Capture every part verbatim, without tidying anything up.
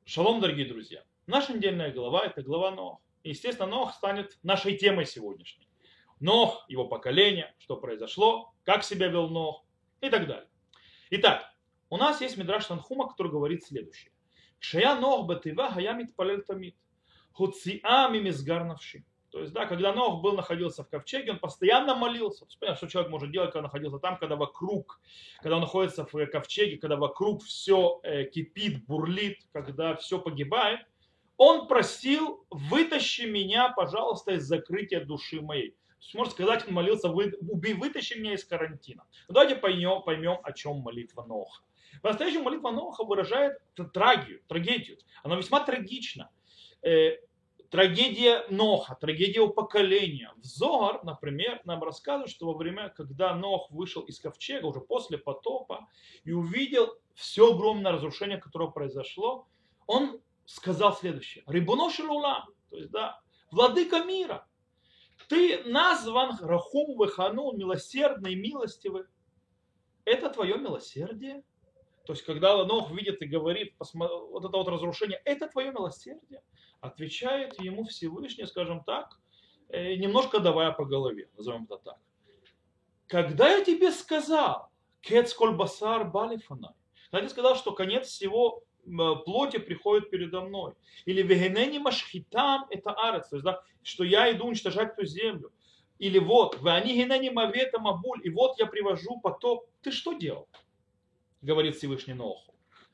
Шалом, дорогие друзья. Наша недельная глава – это глава Ноах. И, естественно, Ноах станет нашей темой сегодняшней. Ноах, его поколение, что произошло, как себя вел Ноах и так далее. Итак, у нас есть Мидраш Танхума, который говорит следующее. Кшая Ноах бетива хаямит палель тамид. Хуциа мимизгар навши. То есть, да, когда Ноах был, находился в ковчеге, он постоянно молился. То есть, понятно, что человек может делать, когда находился там, когда вокруг, когда он находится в ковчеге, когда вокруг все э, кипит, бурлит, когда все погибает. Он просил: вытащи меня, пожалуйста, из закрытия души моей. То есть, можно сказать, он молился: вы, убей, вытащи меня из карантина. Но давайте поймем, поймем, о чем молитва Ноаха. По-настоящему молитва Ноаха выражает трагедию, трагедию. Она весьма трагична. Э, Трагедия Ноха, трагедия его поколения. В Зоар, например, нам рассказывают, что во время, когда Нох вышел из ковчега, уже после потопа, и увидел все огромное разрушение, которое произошло, он сказал следующее. Рибуно шелула, то есть, да, владыка мира, ты назван Рахум Веханун, милосердный, милостивый. Это твое милосердие? То есть, когда Нох видит и говорит, вот это вот разрушение, это твое милосердие? Отвечает ему Всевышний, скажем так, немножко давая по голове, назовем это так. Когда я тебе сказал, кец коль басар балифанай, когда я сказал, что конец всего плоти приходит передо мной, или вегенени машхитам это арец, то есть, да, что я иду уничтожать ту землю, или вот, вани генени мавета мабуль, и вот я привожу потоп, ты что делал? Говорит Всевышний Ноху.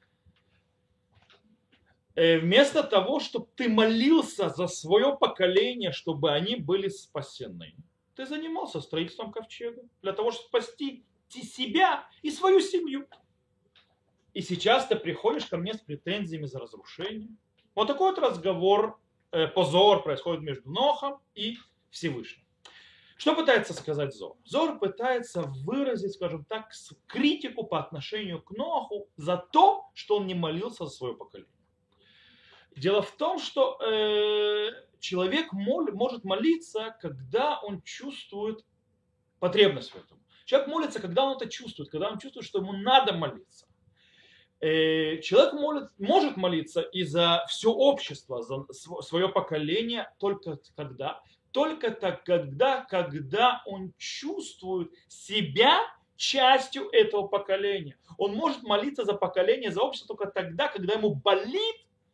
Вместо того, чтобы ты молился за свое поколение, чтобы они были спасены, ты занимался строительством ковчега для того, чтобы спасти себя и свою семью. И сейчас ты приходишь ко мне с претензиями за разрушение. Вот такой вот разговор, позор происходит между Нохом и Всевышним. Что пытается сказать Зор? Зор пытается выразить, скажем так, критику по отношению к Ноху за то, что он не молился за свое поколение. Дело в том, что э, человек мол, может молиться, когда он чувствует потребность в этом. Человек молится, когда он это чувствует, когда он чувствует, что ему надо молиться. Э, человек молит, может молиться и за все общество, за свое поколение только когда? Только тогда, когда он чувствует себя частью этого поколения. Он может молиться за поколение, за общество только тогда, когда ему болит,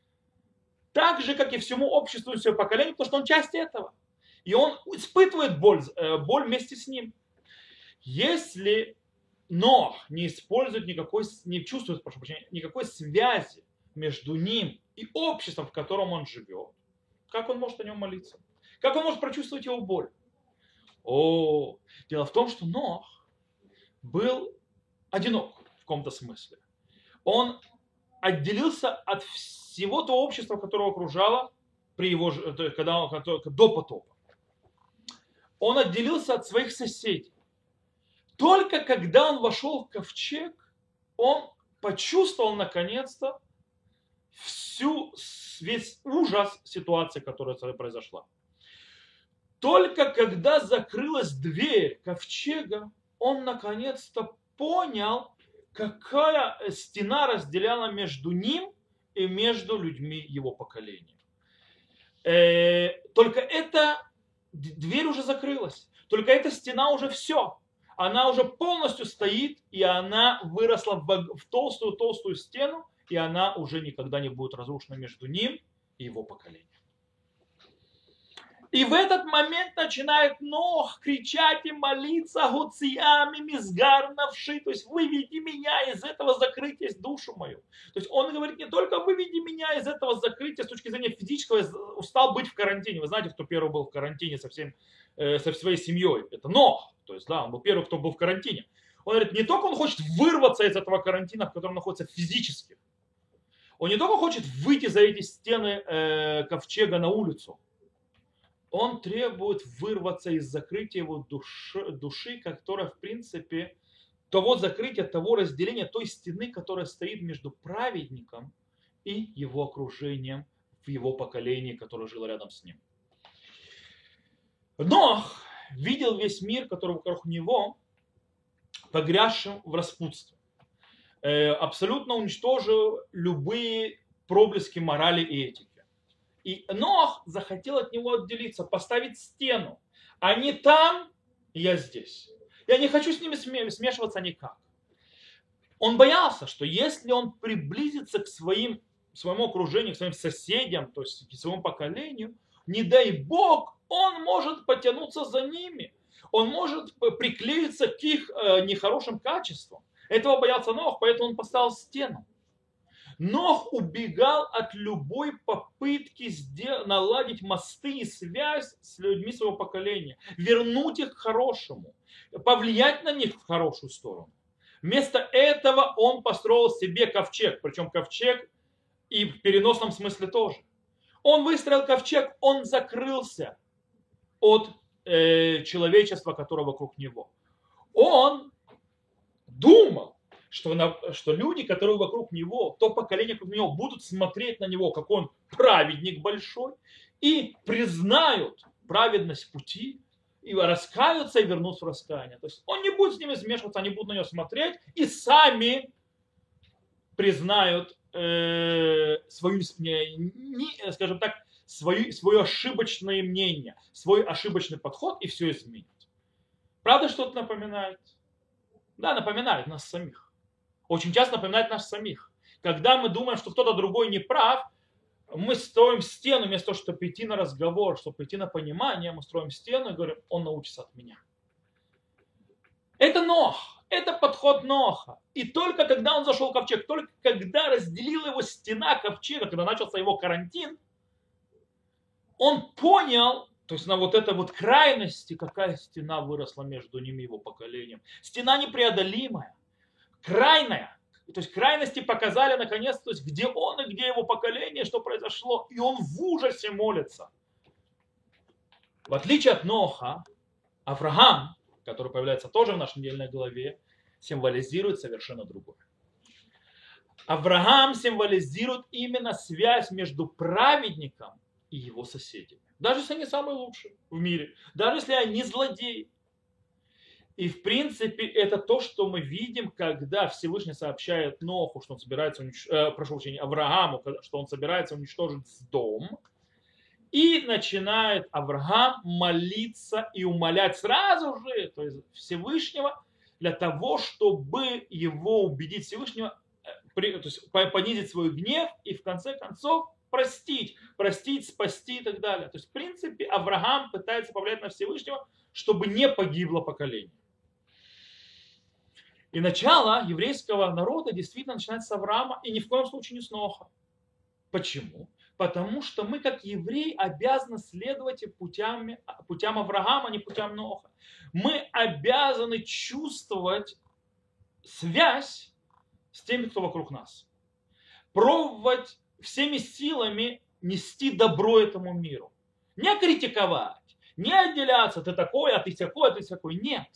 так же, как и всему обществу и всему поколению, потому что он часть этого. И он испытывает боль, боль вместе с ним. Если Нох не использует никакой, не чувствует, прошу прощения, никакой связи между ним и обществом, в котором он живет, как он может о нем молиться? Как он может прочувствовать его боль? О, дело в том, что Нох был одинок в каком-то смысле. Он отделился от всего того общества, которое окружало при его, когда он, до потопа. Он отделился от своих соседей. Только когда он вошел в ковчег, он почувствовал наконец-то всю, весь ужас ситуации, которая произошла. Только когда закрылась дверь ковчега, он наконец-то понял, какая стена разделяла между ним и между людьми его поколения. Только эта дверь уже закрылась, только эта стена уже все. Она уже полностью стоит, и она выросла в толстую-толстую стену, и она уже никогда не будет разрушена между ним и его поколением. И в этот момент начинает Нох кричать и молиться: «Гуциями мизгар навши», то есть выведи меня из этого закрытия, душу мою. То есть он говорит не только выведи меня из этого закрытия с точки зрения физического, устал быть в карантине. Вы знаете, кто первый был в карантине со, всем, э, со своей семьей? Это Нох. То есть, да, он был первый, кто был в карантине. Он говорит, не только он хочет вырваться из этого карантина, в котором он находится физически, он не только хочет выйти за эти стены э, ковчега на улицу, он требует вырваться из закрытия его души, души, которая, в принципе, того закрытия, того разделения, той стены, которая стоит между праведником и его окружением в его поколении, которое жило рядом с ним. Нох видел весь мир, который вокруг него, погрязшим в распутстве. Абсолютно уничтожил любые проблески морали и этики. И Ноах захотел от него отделиться, поставить стену. Они там, я здесь. Я не хочу с ними смешиваться никак. Он боялся, что если он приблизится к своим, своему окружению, к своим соседям, то есть к своему поколению, не дай Бог, он может потянуться за ними. Он может приклеиться к их э, нехорошим качествам. Этого боялся Ноах, поэтому он поставил стену. Ноах убегал от любой попытки сделать, наладить мосты и связь с людьми своего поколения, вернуть их к хорошему, повлиять на них в хорошую сторону. Вместо этого он построил себе ковчег, причем ковчег и в переносном смысле тоже. Он выстроил ковчег, он закрылся от э, человечества, которое вокруг него. Он думал, что, на, что люди, которые вокруг него, то поколение вокруг него, будут смотреть на него, как он праведник большой, и признают праведность пути, и раскаются и вернутся в раскаяние. То есть он не будет с ними смешиваться, они будут на него смотреть и сами признают э, свою, не, скажем так, свою, свое ошибочное мнение, свой ошибочный подход и все изменит. Правда, что-то напоминает? Да, напоминает нас самих. Очень часто напоминает нас самих. Когда мы думаем, что кто-то другой не прав, мы строим стену, вместо того, чтобы идти на разговор, чтобы идти на понимание, мы строим стену и говорим, он научится от меня. Это Ноах, это подход Ноаха. И только когда он зашел в ковчег, только когда разделила его стена ковчега, когда начался его карантин, он понял, то есть на вот этой вот крайности, какая стена выросла между ними и его поколением. Стена непреодолимая, крайная. То есть крайности показали наконец, то есть где он и где его поколение, что произошло. И он в ужасе молится. В отличие от Ноаха, Авраам, который появляется тоже в нашей недельной главе, символизирует совершенно другое. Авраам символизирует именно связь между праведником и его соседями. Даже если они самые лучшие в мире. Даже если они злодеи. И в принципе это то, что мы видим, когда Всевышний сообщает Ноху, что он собирается уничтожить, э, прошу прощения, Аврааму, что он собирается уничтожить дом. И начинает Авраам молиться и умолять сразу же, то есть Всевышнего, для того, чтобы его убедить Всевышнего, то есть понизить свой гнев и в конце концов простить, простить, спасти и так далее. То есть в принципе Авраам пытается повлиять на Всевышнего, чтобы не погибло поколение. И начало еврейского народа действительно начинается с Авраама и ни в коем случае не с Ноха. Почему? Потому что мы, как евреи, обязаны следовать путям, путям Авраама, а не путям Ноха. Мы обязаны чувствовать связь с теми, кто вокруг нас. Пробовать всеми силами нести добро этому миру. Не критиковать, не отделяться, ты такой, а ты такой, а ты такой. Нет.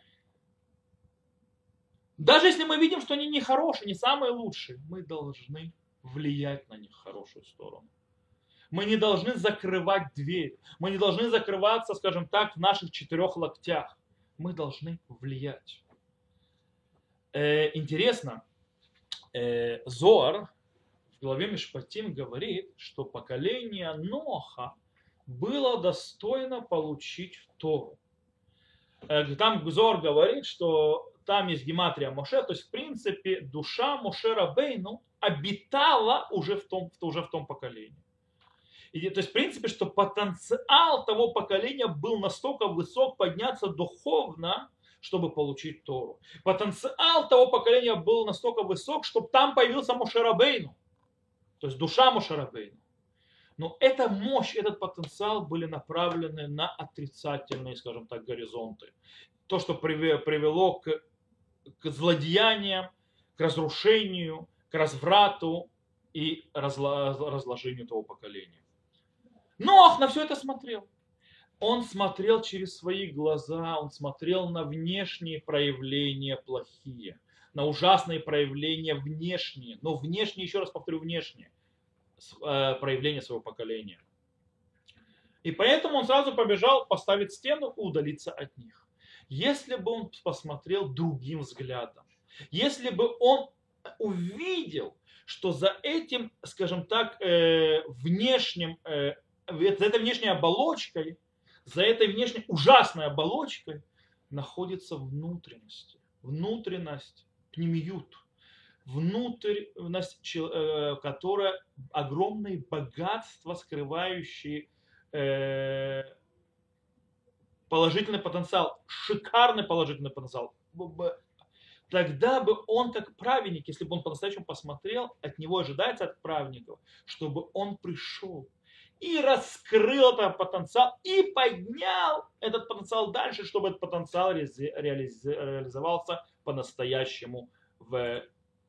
Даже если мы видим, что они не хорошие, не самые лучшие, мы должны влиять на них в хорошую сторону. Мы не должны закрывать дверь. Мы не должны закрываться, скажем так, в наших четырех локтях. Мы должны влиять. Э, интересно, э, Зоар в главе Мишпатим говорит, что поколение Ноаха было достойно получить Тору. Э, там Зоар говорит, что там есть гематрия Моше, то есть в принципе душа Моше Рабейну обитала уже в том, уже в том поколении. И, то есть в принципе, что потенциал того поколения был настолько высок подняться духовно, чтобы получить Тору. Потенциал того поколения был настолько высок, чтобы там появился Моше Рабейну, то есть душа Моше Рабейну. Но эта мощь, этот потенциал были направлены на отрицательные, скажем так, горизонты. То, что привело к, к злодеяниям, к разрушению, к разврату и разла, разложению того поколения. Ноах на все это смотрел. Он смотрел через свои глаза, он смотрел на внешние проявления плохие, на ужасные проявления внешние, но внешние, еще раз повторю, внешние проявления своего поколения. И поэтому он сразу побежал поставить стену и удалиться от них. Если бы он посмотрел другим взглядом, если бы он увидел, что за этим, скажем так, э, внешним, э, за этой внешней оболочкой, за этой внешней ужасной оболочкой находится внутренность. Внутренность, пнемиют, внутренность, э, которая огромные богатства, скрывающие э, положительный потенциал, шикарный положительный потенциал. Тогда бы он, как праведник, если бы он по-настоящему посмотрел, от него ожидается от праведников, чтобы он пришел и раскрыл этот потенциал, и поднял этот потенциал дальше, чтобы этот потенциал реализовался по-настоящему в,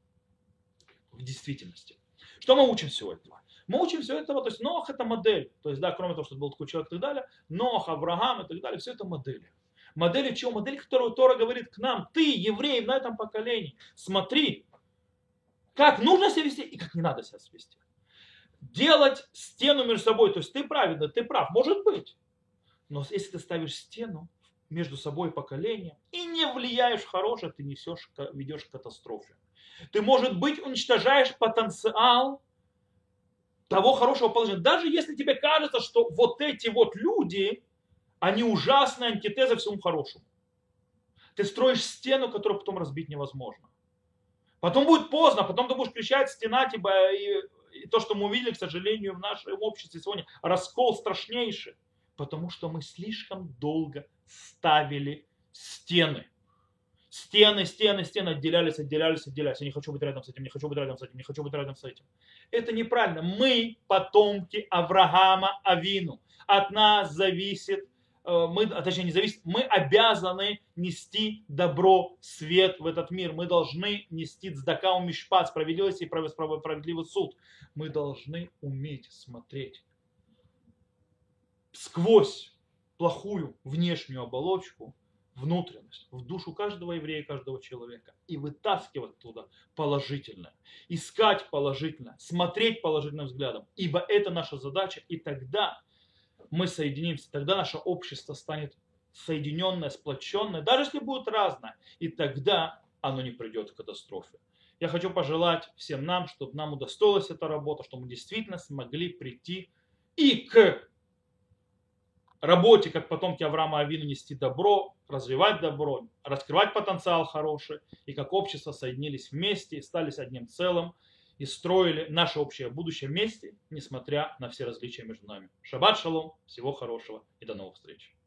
в действительности. Что мы учим всего этого? Мы учим все этого, то есть Ноах это модель, то есть, да, кроме того, что был такой человек и так далее, Ноах, Авраам и так далее, все это модели. Модели чего? Модель, которую Тора говорит к нам, ты, еврей, на этом поколении, смотри, как нужно себя вести и как не надо себя вести. Делать стену между собой, то есть ты правильно, ты прав, может быть, но если ты ставишь стену между собой и поколением и не влияешь в хорошее, ты несешь, ведешь к катастрофе. Ты, может быть, уничтожаешь потенциал того хорошего положения. Даже если тебе кажется, что вот эти вот люди, они ужасные антитезы всему хорошему. Ты строишь стену, которую потом разбить невозможно. Потом будет поздно, потом ты будешь кричать, стена, типа, и, и то, что мы увидели, к сожалению, в нашем обществе сегодня, раскол страшнейший. Потому что мы слишком долго ставили стены. Стены, стены, стены отделялись, отделялись, отделялись. Я не хочу быть рядом с этим, не хочу быть рядом с этим, не хочу быть рядом с этим. Это неправильно. Мы потомки Авраама Авину. От нас зависит, мы, точнее не зависит, мы обязаны нести добро, свет в этот мир. Мы должны нести цдака мишпат, справедливость и справедливый суд. Мы должны уметь смотреть сквозь плохую внешнюю оболочку, внутренность, в душу каждого еврея, каждого человека и вытаскивать оттуда положительное, искать положительное, смотреть положительным взглядом, ибо это наша задача, и тогда мы соединимся, тогда наше общество станет соединенное, сплоченное, даже если будет разное, и тогда оно не придет к катастрофе. Я хочу пожелать всем нам, чтобы нам удостоилась эта работа, чтобы мы действительно смогли прийти и к работе, как потомки Авраама Авину, нести добро, развивать добро, раскрывать потенциал хороший, и как общество соединились вместе и стали одним целым, и строили наше общее будущее вместе, несмотря на все различия между нами. Шаббат шалом, всего хорошего и до новых встреч.